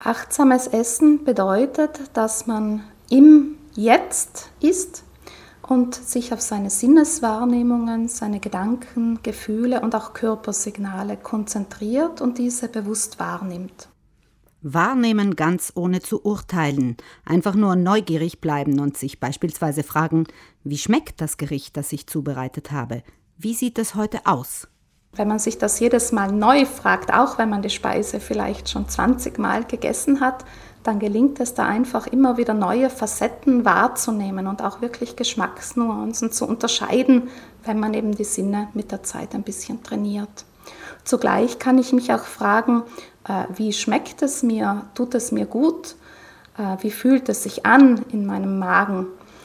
Achtsames Essen bedeutet, dass man im Jetzt ist und sich auf seine Sinneswahrnehmungen, seine Gedanken, Gefühle und auch Körpersignale konzentriert und diese bewusst wahrnimmt. Wahrnehmen ganz ohne zu urteilen, einfach nur neugierig bleiben und sich beispielsweise fragen, wie schmeckt das Gericht, das ich zubereitet habe? Wie sieht es heute aus? Wenn man sich das jedes Mal neu fragt, auch wenn man die Speise vielleicht schon 20 Mal gegessen hat, dann gelingt es da einfach immer wieder neue Facetten wahrzunehmen und auch wirklich Geschmacksnuancen zu unterscheiden, wenn man eben die Sinne mit der Zeit ein bisschen trainiert. Zugleich kann ich mich auch fragen, wie schmeckt es mir, tut es mir gut, wie fühlt es sich an in meinem Magen?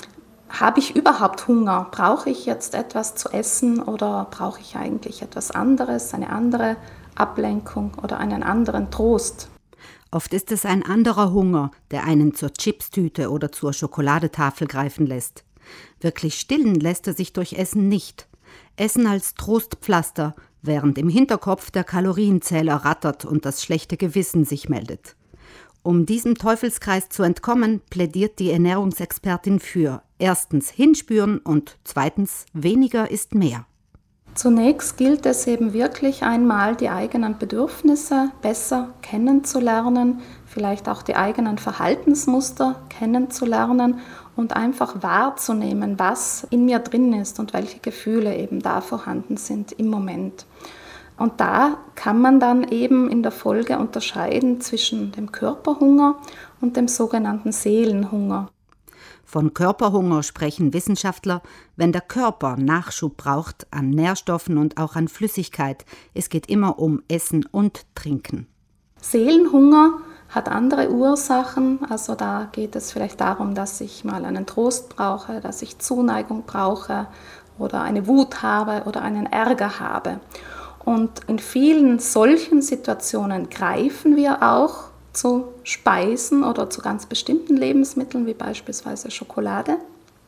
Habe ich überhaupt Hunger? Brauche ich jetzt etwas zu essen oder brauche ich eigentlich etwas anderes, eine andere Ablenkung oder einen anderen Trost? Oft ist es ein anderer Hunger, der einen zur Chipstüte oder zur Schokoladetafel greifen lässt. Wirklich stillen lässt er sich durch Essen nicht. Essen als Trostpflaster, während im Hinterkopf der Kalorienzähler rattert und das schlechte Gewissen sich meldet. Um diesem Teufelskreis zu entkommen, plädiert die Ernährungsexpertin für erstens hinspüren und zweitens weniger ist mehr. Zunächst gilt es eben wirklich einmal, die eigenen Bedürfnisse besser kennenzulernen, vielleicht auch die eigenen Verhaltensmuster kennenzulernen und einfach wahrzunehmen, was in mir drin ist und welche Gefühle eben da vorhanden sind im Moment. Und da kann man dann eben in der Folge unterscheiden zwischen dem Körperhunger und dem sogenannten Seelenhunger. Von Körperhunger sprechen Wissenschaftler, wenn der Körper Nachschub braucht an Nährstoffen und auch an Flüssigkeit. Es geht immer um Essen und Trinken. Seelenhunger hat andere Ursachen, also da geht es vielleicht darum, dass ich mal einen Trost brauche, dass ich Zuneigung brauche oder eine Wut habe oder einen Ärger habe. Und in vielen solchen Situationen greifen wir auch zu Speisen oder zu ganz bestimmten Lebensmitteln, wie beispielsweise Schokolade.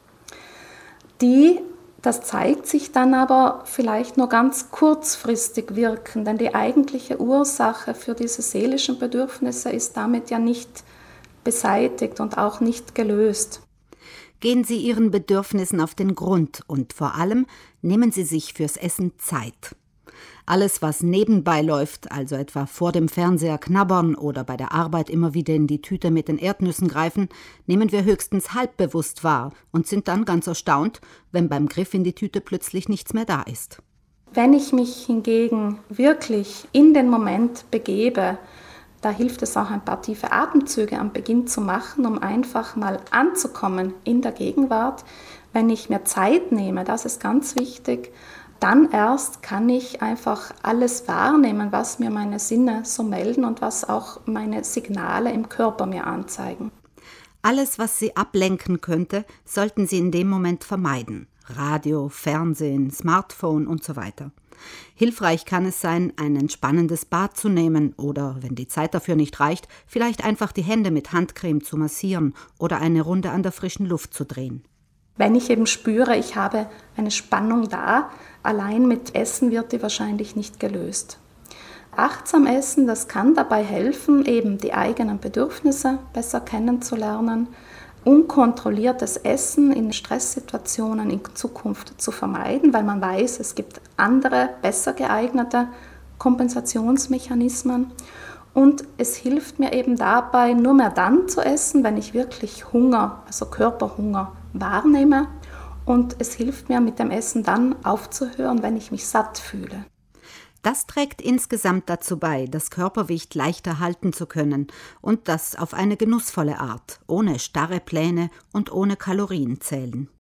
Das zeigt sich dann aber vielleicht nur ganz kurzfristig wirken, denn die eigentliche Ursache für diese seelischen Bedürfnisse ist damit ja nicht beseitigt und auch nicht gelöst. Gehen Sie Ihren Bedürfnissen auf den Grund und vor allem nehmen Sie sich fürs Essen Zeit. Alles, was nebenbei läuft, also etwa vor dem Fernseher knabbern oder bei der Arbeit immer wieder in die Tüte mit den Erdnüssen greifen, nehmen wir höchstens halbbewusst wahr und sind dann ganz erstaunt, wenn beim Griff in die Tüte plötzlich nichts mehr da ist. Wenn ich mich hingegen wirklich in den Moment begebe, da hilft es auch, ein paar tiefe Atemzüge am Beginn zu machen, um einfach mal anzukommen in der Gegenwart. Wenn ich mir Zeit nehme, das ist ganz wichtig, dann erst kann ich einfach alles wahrnehmen, was mir meine Sinne so melden und was auch meine Signale im Körper mir anzeigen. Alles, was Sie ablenken könnte, sollten Sie in dem Moment vermeiden. Radio, Fernsehen, Smartphone und so weiter. Hilfreich kann es sein, ein entspannendes Bad zu nehmen oder, wenn die Zeit dafür nicht reicht, vielleicht einfach die Hände mit Handcreme zu massieren oder eine Runde an der frischen Luft zu drehen. Wenn ich eben spüre, ich habe eine Spannung da, allein mit Essen wird die wahrscheinlich nicht gelöst. Achtsam essen, das kann dabei helfen, eben die eigenen Bedürfnisse besser kennenzulernen, unkontrolliertes Essen in Stresssituationen in Zukunft zu vermeiden, weil man weiß, es gibt andere, besser geeignete Kompensationsmechanismen. Und es hilft mir eben dabei, nur mehr dann zu essen, wenn ich wirklich Hunger, also Körperhunger, wahrnehme. Und es hilft mir, mit dem Essen dann aufzuhören, wenn ich mich satt fühle. Das trägt insgesamt dazu bei, das Körpergewicht leichter halten zu können und das auf eine genussvolle Art, ohne starre Pläne und ohne Kalorienzählen.